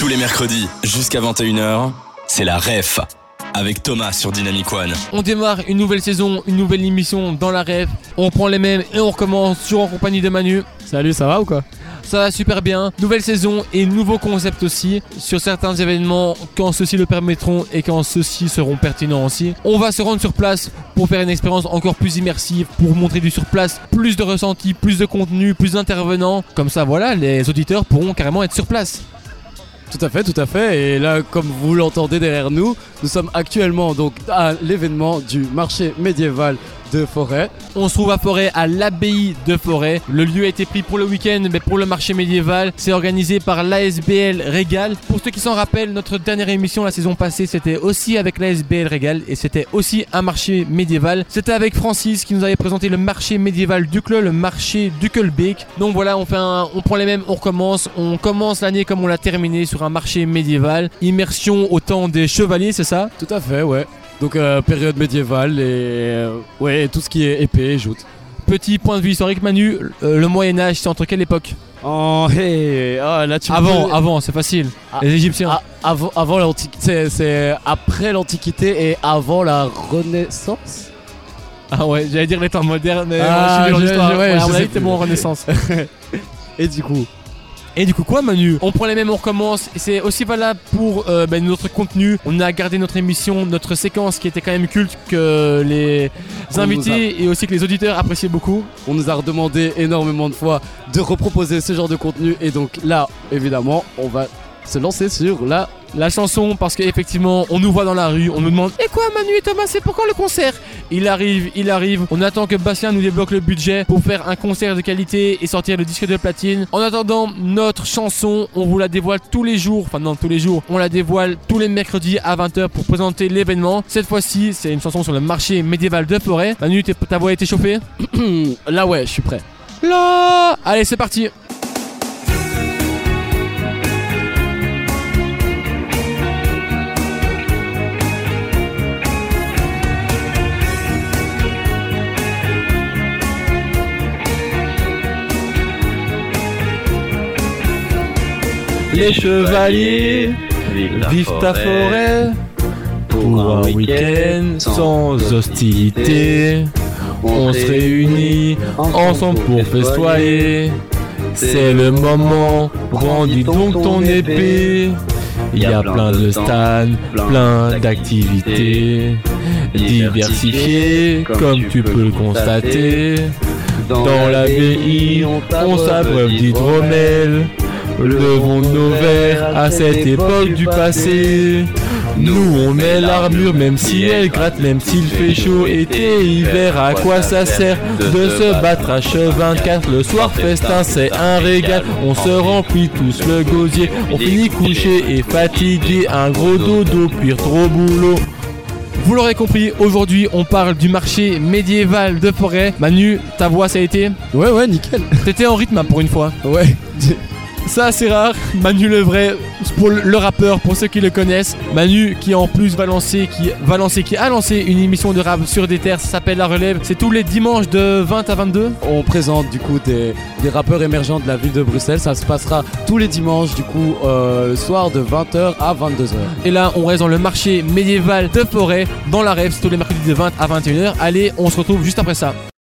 Tous les mercredis, jusqu'à 21h, c'est la REF, avec Thomas sur Dynamic One. On démarre une nouvelle saison, une nouvelle émission dans la REF. On prend les mêmes et on recommence toujours en compagnie de Manu. Salut, ça va ou quoi? Ça va super bien. Nouvelle saison et nouveau concept aussi sur certains événements quand ceux-ci le permettront et quand ceux-ci seront pertinents aussi. On va se rendre sur place pour faire une expérience encore plus immersive, pour montrer du sur place, plus de ressenti, plus de contenu, plus d'intervenants. Comme ça, voilà, les auditeurs pourront carrément être sur place. Tout à fait. Et là, comme vous l'entendez derrière nous, nous sommes actuellement donc à l'événement du marché médiéval de Forêt. On se trouve à Forêt, à l'abbaye de Forêt. Le lieu a été pris pour le week-end, mais pour le marché médiéval. C'est organisé par l'ASBL Régal. Pour ceux qui s'en rappellent, notre dernière émission la saison passée, c'était aussi avec l'ASBL Régal et c'était aussi un marché médiéval. C'était avec Francis qui nous avait présenté le marché médiéval d'Uccle, le marché d'Uckelbeek. Donc voilà, on prend les mêmes, on recommence. On commence l'année comme on l'a terminé sur un marché médiéval. Immersion au temps des chevaliers, c'est ça? Tout à fait, ouais. Donc période médiévale et ouais, tout ce qui est épée, joute. Petit point de vue historique, Manu, le Moyen-Âge, c'est entre quelle époque? Là tu Avant, c'est facile. Les Égyptiens. Avant l'Antiquité, c'est après l'Antiquité et avant la Renaissance. Ah ouais, j'allais dire les temps modernes, mais moi, je suis nul en histoire. ouais, à mon avis, sais t'es bon en Renaissance. Et du coup quoi, Manu? On prend les mêmes, on recommence. Et c'est aussi valable pour notre contenu. On a gardé notre émission, notre séquence qui était quand même culte, que les invités et aussi que les auditeurs appréciaient beaucoup. On nous a redemandé énormément de fois de reproposer ce genre de contenu. Et donc là, évidemment, on va se lancer sur la chanson, parce qu'effectivement on nous voit dans la rue, on nous demande et quoi Manu et Thomas, c'est pour quand le concert? Il arrive, on attend que Bastien nous débloque le budget pour faire un concert de qualité et sortir le disque de platine. En attendant, notre chanson, on vous la dévoile tous les jours, on la dévoile tous les mercredis à 20h pour présenter l'événement. Cette fois-ci, c'est une chanson sur le marché médiéval de Forêt. Manu, ta voix a été chauffée? Là ouais, je suis prêt. Là, allez, c'est parti. Les chevaliers vivent à Forêt pour un week-end sans hostilité. On se réunit ensemble pour festoyer. C'est le moment, brandis donc ton épée. Il y a plein de stands, plein d'activités diversifiées, comme tu peux le constater. Dans l'abbaye, on s'abreuve d'hydromel. Levons nos verres à cette époque du passé. Nous on met l'armure même si elle gratte, même s'il fait chaud été, hiver. À quoi ça sert de se battre à H24? Le soir festin c'est un régal. On se remplit tous le gosier. On finit couché et fatigué. Un gros dodo puis trop boulot. Vous l'aurez compris, aujourd'hui on parle du marché médiéval de Forêt. Manu, ta voix ça a été? Ouais, nickel. T'étais en rythme pour une fois. Ouais. Ça c'est rare. Manu le vrai, pour le rappeur, pour ceux qui le connaissent. Manu qui en plus qui a lancé une émission de rap sur des terres, ça s'appelle La Relève. C'est tous les dimanches de 20 à 22. On présente du coup des rappeurs émergents de la ville de Bruxelles. Ça se passera tous les dimanches du coup le soir de 20h à 22h. Et là on reste dans le marché médiéval de Forêt, dans la REF, tous les mercredis de 20 à 21h. Allez, on se retrouve juste après ça.